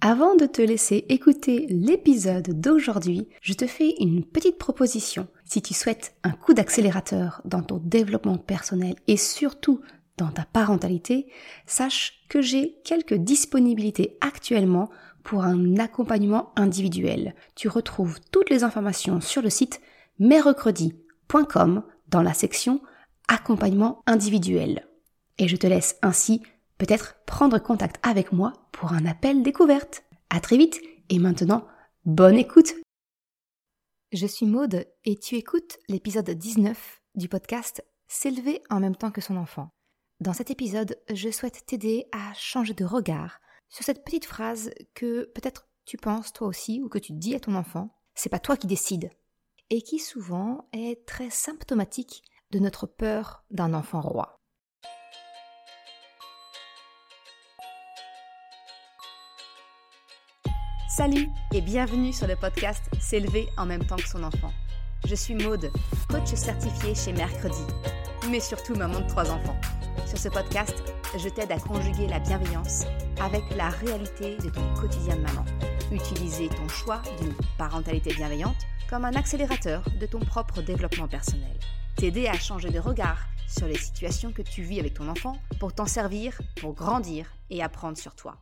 Avant de te laisser écouter l'épisode d'aujourd'hui, je te fais une petite proposition. Si tu souhaites un coup d'accélérateur dans ton développement personnel et surtout dans ta parentalité, sache que j'ai quelques disponibilités actuellement pour un accompagnement individuel. Tu retrouves toutes les informations sur le site merrecredi.com dans la section accompagnement individuel. Et je te laisse ainsi peut-être prendre contact avec moi pour un appel découverte. À très vite et maintenant, bonne écoute. Je suis Maude et tu écoutes l'épisode 19 du podcast S'élever en même temps que son enfant. Dans cet épisode, je souhaite t'aider à changer de regard sur cette petite phrase que peut-être tu penses toi aussi ou que tu dis à ton enfant, c'est pas toi qui décides, et qui souvent est très symptomatique de notre peur d'un enfant roi. Salut et bienvenue sur le podcast S'élever en même temps que son enfant. Je suis Maude, coach certifiée chez Mercredi, mais surtout maman de 3 enfants. Sur ce podcast, je t'aide à conjuguer la bienveillance avec la réalité de ton quotidien de maman. Utiliser ton choix d'une parentalité bienveillante comme un accélérateur de ton propre développement personnel. T'aider à changer de regard sur les situations que tu vis avec ton enfant pour t'en servir, pour grandir et apprendre sur toi.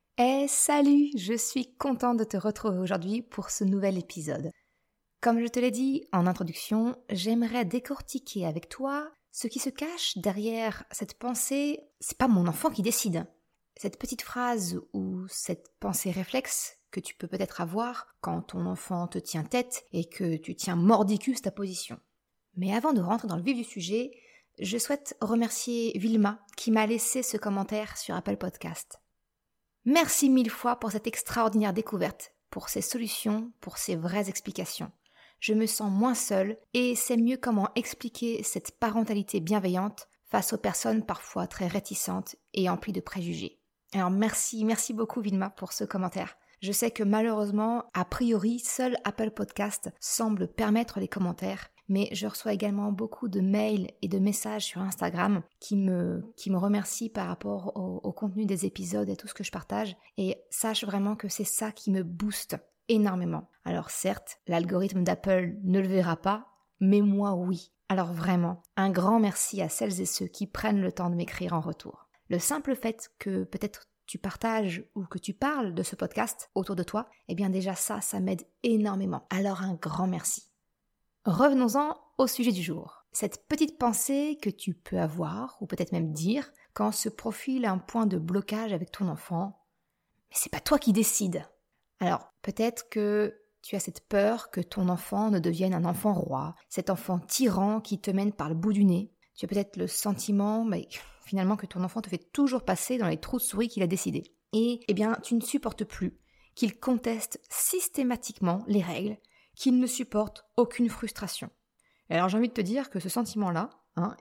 Salut, je suis contente de te retrouver aujourd'hui pour ce nouvel épisode. Comme je te l'ai dit en introduction, j'aimerais décortiquer avec toi ce qui se cache derrière cette pensée « c'est pas mon enfant qui décide ». Cette petite phrase ou cette pensée réflexe que tu peux peut-être avoir quand ton enfant te tient tête et que tu tiens mordicus ta position. Mais avant de rentrer dans le vif du sujet, je souhaite remercier Vilma qui m'a laissé ce commentaire sur Apple Podcast. Merci 1000 fois pour cette extraordinaire découverte, pour ces solutions, pour ces vraies explications. Je me sens moins seule et sais mieux comment expliquer cette parentalité bienveillante face aux personnes parfois très réticentes et emplies de préjugés. Alors merci beaucoup Vilma pour ce commentaire. Je sais que malheureusement, a priori, seul Apple Podcast semble permettre les commentaires, mais je reçois également beaucoup de mails et de messages sur Instagram qui me remercient par rapport au contenu des épisodes et tout ce que je partage. Et sache vraiment que c'est ça qui me booste énormément. Alors certes, l'algorithme d'Apple ne le verra pas, mais moi oui. Alors vraiment, un grand merci à celles et ceux qui prennent le temps de m'écrire en retour. Le simple fait que peut-être tu partages ou que tu parles de ce podcast autour de toi, eh bien déjà ça m'aide énormément. Alors un grand merci. Revenons-en au sujet du jour. Cette petite pensée que tu peux avoir, ou peut-être même dire, quand se profile un point de blocage avec ton enfant, mais c'est pas toi qui décides. Alors, peut-être que tu as cette peur que ton enfant ne devienne un enfant roi, cet enfant tyran qui te mène par le bout du nez. Tu as peut-être le sentiment, finalement, que ton enfant te fait toujours passer dans les trous de souris qu'il a décidé. Et, tu ne supportes plus qu'il conteste systématiquement les règles, qu'il ne supporte aucune frustration. Et alors j'ai envie de te dire que ce sentiment-là,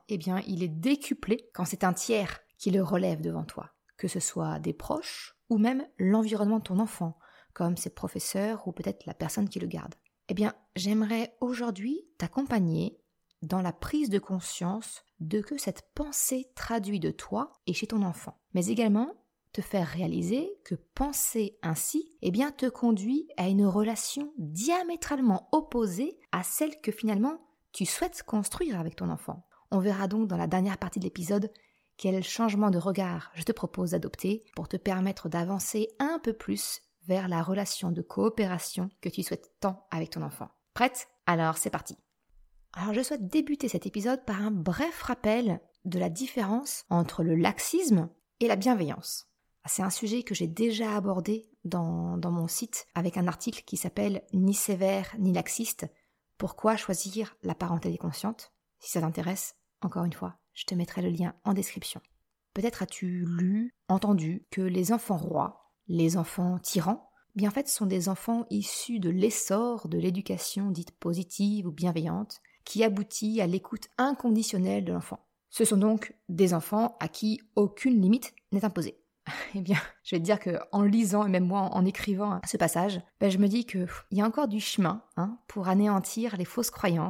il est décuplé quand c'est un tiers qui le relève devant toi, que ce soit des proches ou même l'environnement de ton enfant, comme ses professeurs ou peut-être la personne qui le garde. J'aimerais aujourd'hui t'accompagner dans la prise de conscience de que cette pensée traduit de toi et chez ton enfant, mais également te faire réaliser que penser ainsi, te conduit à une relation diamétralement opposée à celle que finalement tu souhaites construire avec ton enfant. On verra donc dans la dernière partie de l'épisode quel changement de regard je te propose d'adopter pour te permettre d'avancer un peu plus vers la relation de coopération que tu souhaites tant avec ton enfant. Prête ? Alors c'est parti. Alors je souhaite débuter cet épisode par un bref rappel de la différence entre le laxisme et la bienveillance. C'est un sujet que j'ai déjà abordé dans mon site avec un article qui s'appelle « Ni sévère ni laxiste. Pourquoi choisir la parentalité consciente ?» Si ça t'intéresse, encore une fois, je te mettrai le lien en description. Peut-être as-tu lu, entendu que les enfants rois, les enfants tyrans, sont des enfants issus de l'essor de l'éducation dite positive ou bienveillante qui aboutit à l'écoute inconditionnelle de l'enfant. Ce sont donc des enfants à qui aucune limite n'est imposée. Je vais te dire qu'en lisant, et même moi en écrivant ce passage, je me dis qu'il y a encore du chemin pour anéantir les fausses croyances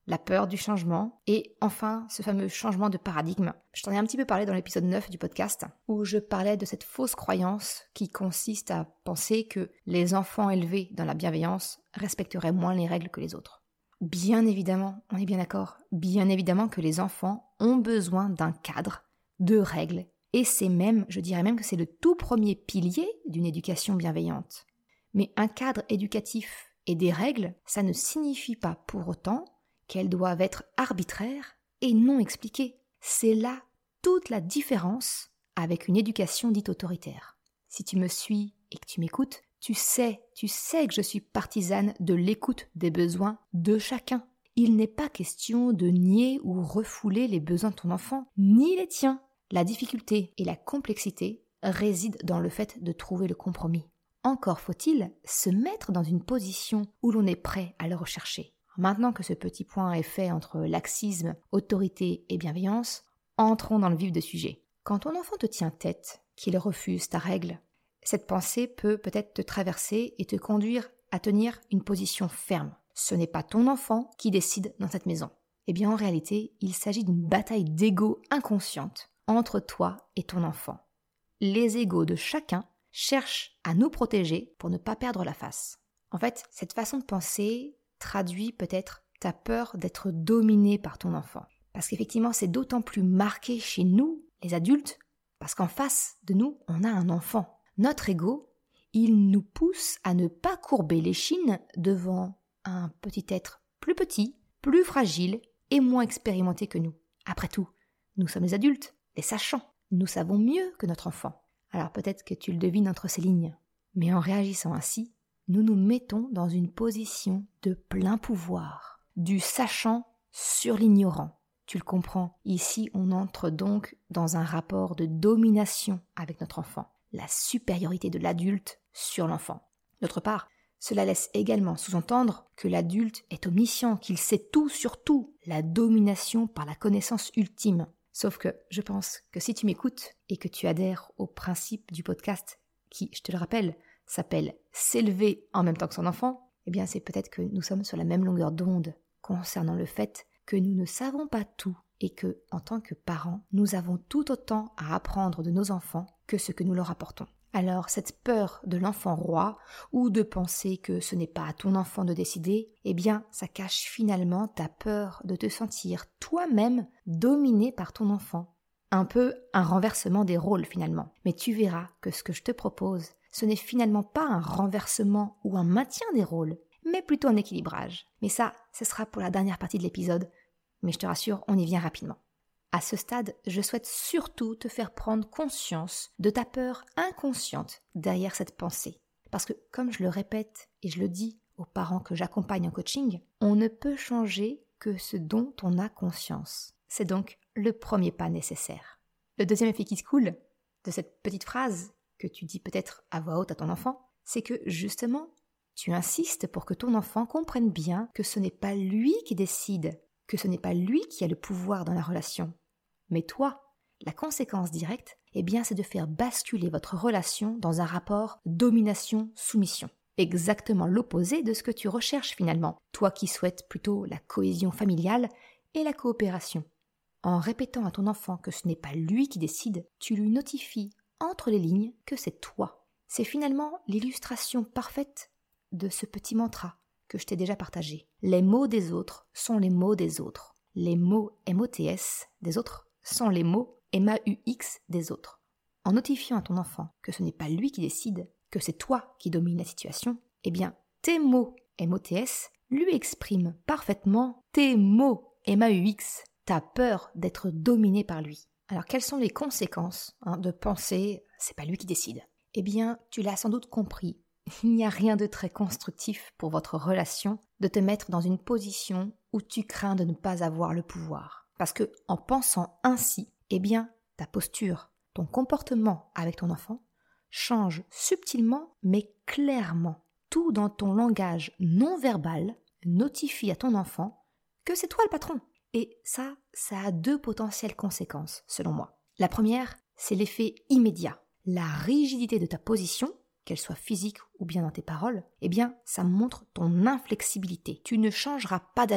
la peur du changement et enfin ce fameux changement de paradigme. Je t'en ai un petit peu parlé dans l'épisode 9 du podcast où je parlais de cette fausse croyance qui consiste à penser que les enfants élevés dans la bienveillance respecteraient moins les règles que les autres. Bien évidemment, on est bien d'accord, bien évidemment que les enfants ont besoin d'un cadre, de règles, et je dirais même que c'est le tout premier pilier d'une éducation bienveillante. Mais un cadre éducatif et des règles, ça ne signifie pas pour autant qu'elles doivent être arbitraires et non expliquées. C'est là toute la différence avec une éducation dite autoritaire. Si tu me suis et que tu m'écoutes, tu sais que je suis partisane de l'écoute des besoins de chacun. Il n'est pas question de nier ou refouler les besoins de ton enfant, ni les tiens. La difficulté et la complexité résident dans le fait de trouver le compromis. Encore faut-il se mettre dans une position où l'on est prêt à le rechercher. Maintenant que ce petit point est fait entre laxisme, autorité et bienveillance, entrons dans le vif du sujet. Quand ton enfant te tient tête, qu'il refuse ta règle, cette pensée peut peut-être te traverser et te conduire à tenir une position ferme. Ce n'est pas ton enfant qui décide dans cette maison. Eh bien en réalité, il s'agit d'une bataille d'ego inconsciente entre toi et ton enfant. Les égos de chacun cherchent à nous protéger pour ne pas perdre la face. En fait, cette façon de penser traduit peut-être ta peur d'être dominé par ton enfant. Parce qu'effectivement, c'est d'autant plus marqué chez nous, les adultes, parce qu'en face de nous, on a un enfant. Notre ego, il nous pousse à ne pas courber l'échine devant un petit être plus petit, plus fragile et moins expérimenté que nous. Après tout, nous sommes les adultes, les sachants. Nous savons mieux que notre enfant. Alors peut-être que tu le devines entre ces lignes. Mais en réagissant ainsi, nous nous mettons dans une position de plein pouvoir, du sachant sur l'ignorant. Tu le comprends, ici on entre donc dans un rapport de domination avec notre enfant, la supériorité de l'adulte sur l'enfant. D'autre part, cela laisse également sous-entendre que l'adulte est omniscient, qu'il sait tout sur tout, la domination par la connaissance ultime. Sauf que je pense que si tu m'écoutes et que tu adhères au principe du podcast qui, je te le rappelle, s'appelle « S'élever en même temps que son enfant », eh bien c'est peut-être que nous sommes sur la même longueur d'onde concernant le fait que nous ne savons pas tout et que, en tant que parents, nous avons tout autant à apprendre de nos enfants que ce que nous leur apportons. Alors cette peur de l'enfant roi ou de penser que ce n'est pas à ton enfant de décider, eh bien ça cache finalement ta peur de te sentir toi-même dominé par ton enfant. Un peu un renversement des rôles finalement. Mais tu verras que ce que je te propose, ce n'est finalement pas un renversement ou un maintien des rôles, mais plutôt un équilibrage. Mais ça, ce sera pour la dernière partie de l'épisode. Mais je te rassure, on y vient rapidement. À ce stade, je souhaite surtout te faire prendre conscience de ta peur inconsciente derrière cette pensée. Parce que, comme je le répète et je le dis aux parents que j'accompagne en coaching, on ne peut changer que ce dont on a conscience. C'est donc le premier pas nécessaire. Le deuxième effet qui se coule de cette petite phrase que tu dis peut-être à voix haute à ton enfant, c'est que justement, tu insistes pour que ton enfant comprenne bien que ce n'est pas lui qui décide, que ce n'est pas lui qui a le pouvoir dans la relation. Mais toi, la conséquence directe, eh bien, c'est de faire basculer votre relation dans un rapport domination-soumission. Exactement l'opposé de ce que tu recherches finalement, toi qui souhaites plutôt la cohésion familiale et la coopération. En répétant à ton enfant que ce n'est pas lui qui décide, tu lui notifies entre les lignes que c'est toi. C'est finalement l'illustration parfaite de ce petit mantra que je t'ai déjà partagé. Les mots des autres sont les mots des autres. Les mots MOTS des autres sont les mots MAUX des autres. En notifiant à ton enfant que ce n'est pas lui qui décide, que c'est toi qui domine la situation, eh bien, tes mots MOTS lui expriment parfaitement tes mots MAUX, ta peur d'être dominé par lui. Alors, quelles sont les conséquences de penser « c'est pas lui qui décide » ? Eh bien, tu l'as sans doute compris, il n'y a rien de très constructif pour votre relation de te mettre dans une position où tu crains de ne pas avoir le pouvoir. Parce que, en pensant ainsi, eh bien, ta posture, ton comportement avec ton enfant change subtilement mais clairement. Tout dans ton langage non verbal notifie à ton enfant que c'est toi le patron. Et ça a deux potentielles conséquences, selon moi. La première, c'est l'effet immédiat. La rigidité de ta position, qu'elle soit physique ou bien dans tes paroles, eh bien, ça montre ton inflexibilité. Tu ne changeras pas d'avis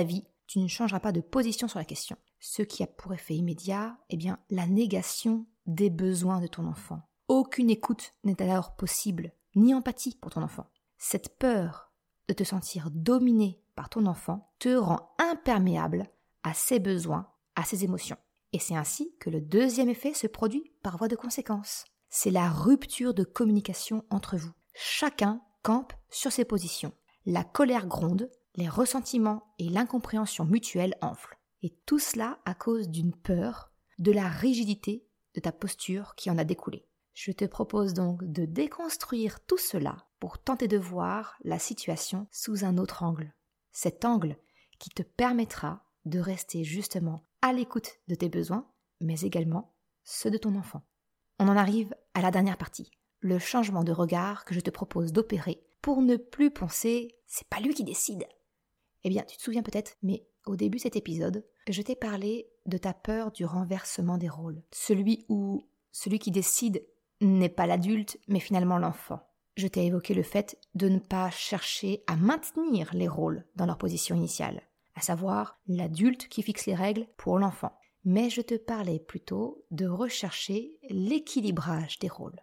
tu ne changeras pas de position sur la question. Ce qui a pour effet immédiat, la négation des besoins de ton enfant. Aucune écoute n'est alors possible, ni empathie pour ton enfant. Cette peur de te sentir dominé par ton enfant te rend imperméable à ses besoins, à ses émotions. Et c'est ainsi que le deuxième effet se produit par voie de conséquence. C'est la rupture de communication entre vous. Chacun campe sur ses positions. La colère gronde, les ressentiments et l'incompréhension mutuelle enflent. Et tout cela à cause d'une peur, de la rigidité de ta posture qui en a découlé. Je te propose donc de déconstruire tout cela pour tenter de voir la situation sous un autre angle. Cet angle qui te permettra de rester justement à l'écoute de tes besoins, mais également ceux de ton enfant. On en arrive à la dernière partie, le changement de regard que je te propose d'opérer pour ne plus penser « c'est pas lui qui décide ». Tu te souviens peut-être, mais au début de cet épisode, je t'ai parlé de ta peur du renversement des rôles. Celui qui décide n'est pas l'adulte, mais finalement l'enfant. Je t'ai évoqué le fait de ne pas chercher à maintenir les rôles dans leur position initiale, à savoir l'adulte qui fixe les règles pour l'enfant. Mais je te parlais plutôt de rechercher l'équilibrage des rôles.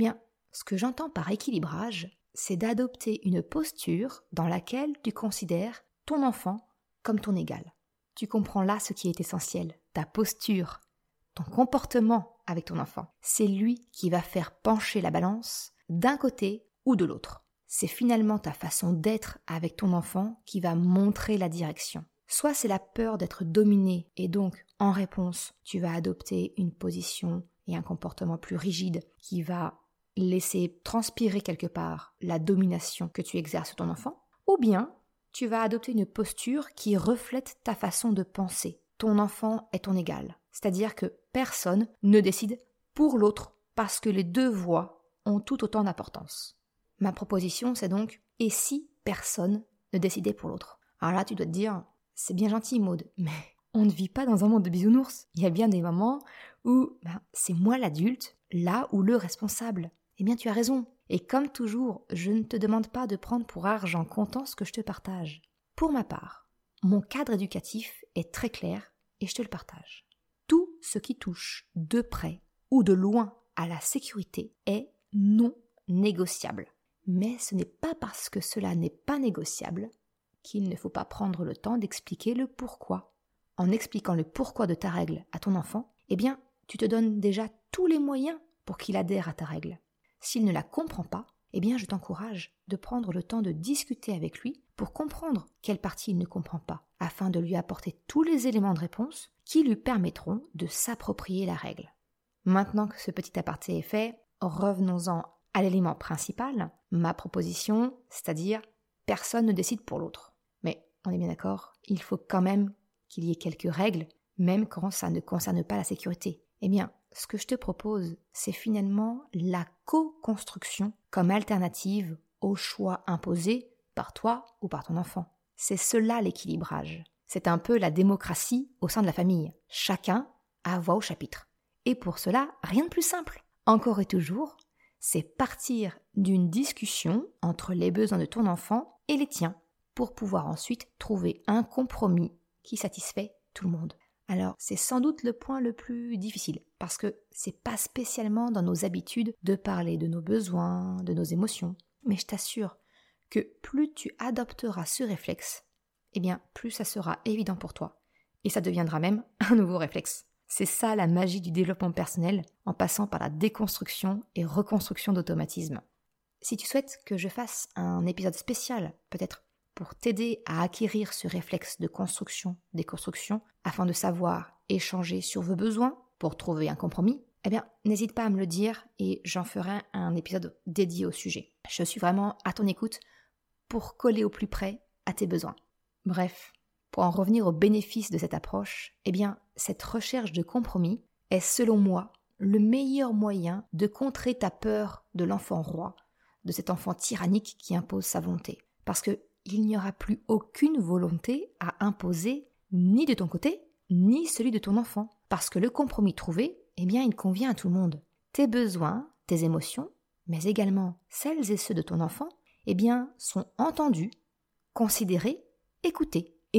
Ce que j'entends par équilibrage, c'est d'adopter une posture dans laquelle tu considères ton enfant comme ton égal. Tu comprends là ce qui est essentiel, ta posture, ton comportement avec ton enfant. C'est lui qui va faire pencher la balance d'un côté ou de l'autre. C'est finalement ta façon d'être avec ton enfant qui va montrer la direction. Soit c'est la peur d'être dominé et donc, en réponse, tu vas adopter une position et un comportement plus rigide qui va laisser transpirer quelque part la domination que tu exerces sur ton enfant, ou bien tu vas adopter une posture qui reflète ta façon de penser. Ton enfant est ton égal, c'est-à-dire que personne ne décide pour l'autre parce que les deux voix ont tout autant d'importance. Ma proposition, c'est donc « et si personne ne décidait pour l'autre ?» Alors là, tu dois te dire « c'est bien gentil, Maud, mais on ne vit pas dans un monde de bisounours. Il y a bien des moments où c'est moi l'adulte, là où le responsable. » Tu as raison. Et comme toujours, je ne te demande pas de prendre pour argent comptant ce que je te partage. Pour ma part, mon cadre éducatif est très clair et je te le partage. Tout ce qui touche de près ou de loin à la sécurité est non négociable. Mais ce n'est pas parce que cela n'est pas négociable qu'il ne faut pas prendre le temps d'expliquer le pourquoi. En expliquant le pourquoi de ta règle à ton enfant, tu te donnes déjà tous les moyens pour qu'il adhère à ta règle. S'il ne la comprend pas, je t'encourage de prendre le temps de discuter avec lui pour comprendre quelle partie il ne comprend pas, afin de lui apporter tous les éléments de réponse qui lui permettront de s'approprier la règle. Maintenant que ce petit aparté est fait, revenons-en à l'élément principal, ma proposition, c'est-à-dire personne ne décide pour l'autre. Mais on est bien d'accord, il faut quand même qu'il y ait quelques règles, même quand ça ne concerne pas la sécurité. Ce que je te propose, c'est finalement la co-construction comme alternative au choix imposé par toi ou par ton enfant. C'est cela l'équilibrage. C'est un peu la démocratie au sein de la famille. Chacun a voix au chapitre. Et pour cela, rien de plus simple. Encore et toujours, c'est partir d'une discussion entre les besoins de ton enfant et les tiens pour pouvoir ensuite trouver un compromis qui satisfait tout le monde. Alors, c'est sans doute le point le plus difficile, parce que c'est pas spécialement dans nos habitudes de parler de nos besoins, de nos émotions. Mais je t'assure que plus tu adopteras ce réflexe, plus ça sera évident pour toi. Et ça deviendra même un nouveau réflexe. C'est ça la magie du développement personnel, en passant par la déconstruction et reconstruction d'automatismes. Si tu souhaites que je fasse un épisode spécial, peut-être pour t'aider à acquérir ce réflexe de construction-déconstruction, afin de savoir échanger sur vos besoins pour trouver un compromis, n'hésite pas à me le dire et j'en ferai un épisode dédié au sujet. Je suis vraiment à ton écoute pour coller au plus près à tes besoins. Bref, pour en revenir aux bénéfices de cette approche, cette recherche de compromis est selon moi le meilleur moyen de contrer ta peur de l'enfant roi, de cet enfant tyrannique qui impose sa volonté. Parce que il n'y aura plus aucune volonté à imposer ni de ton côté, ni celui de ton enfant. Parce que le compromis trouvé, il convient à tout le monde. Tes besoins, tes émotions, mais également celles et ceux de ton enfant, sont entendus, considérés, écoutés. Et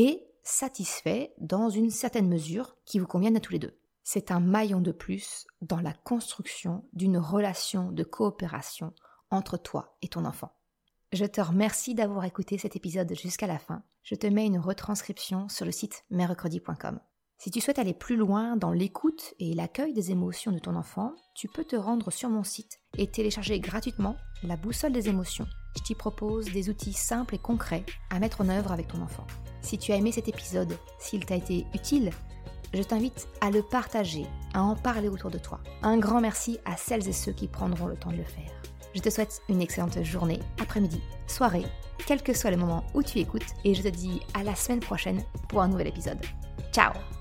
satisfait dans une certaine mesure qui vous convienne à tous les deux. C'est un maillon de plus dans la construction d'une relation de coopération entre toi et ton enfant. Je te remercie d'avoir écouté cet épisode jusqu'à la fin. Je te mets une retranscription sur le site mercredi.com. Si tu souhaites aller plus loin dans l'écoute et l'accueil des émotions de ton enfant, tu peux te rendre sur mon site et télécharger gratuitement la boussole des émotions. Je t'y propose des outils simples et concrets à mettre en œuvre avec ton enfant. Si tu as aimé cet épisode, s'il t'a été utile, je t'invite à le partager, à en parler autour de toi. Un grand merci à celles et ceux qui prendront le temps de le faire. Je te souhaite une excellente journée, après-midi, soirée, quel que soit le moment où tu écoutes, et je te dis à la semaine prochaine pour un nouvel épisode. Ciao!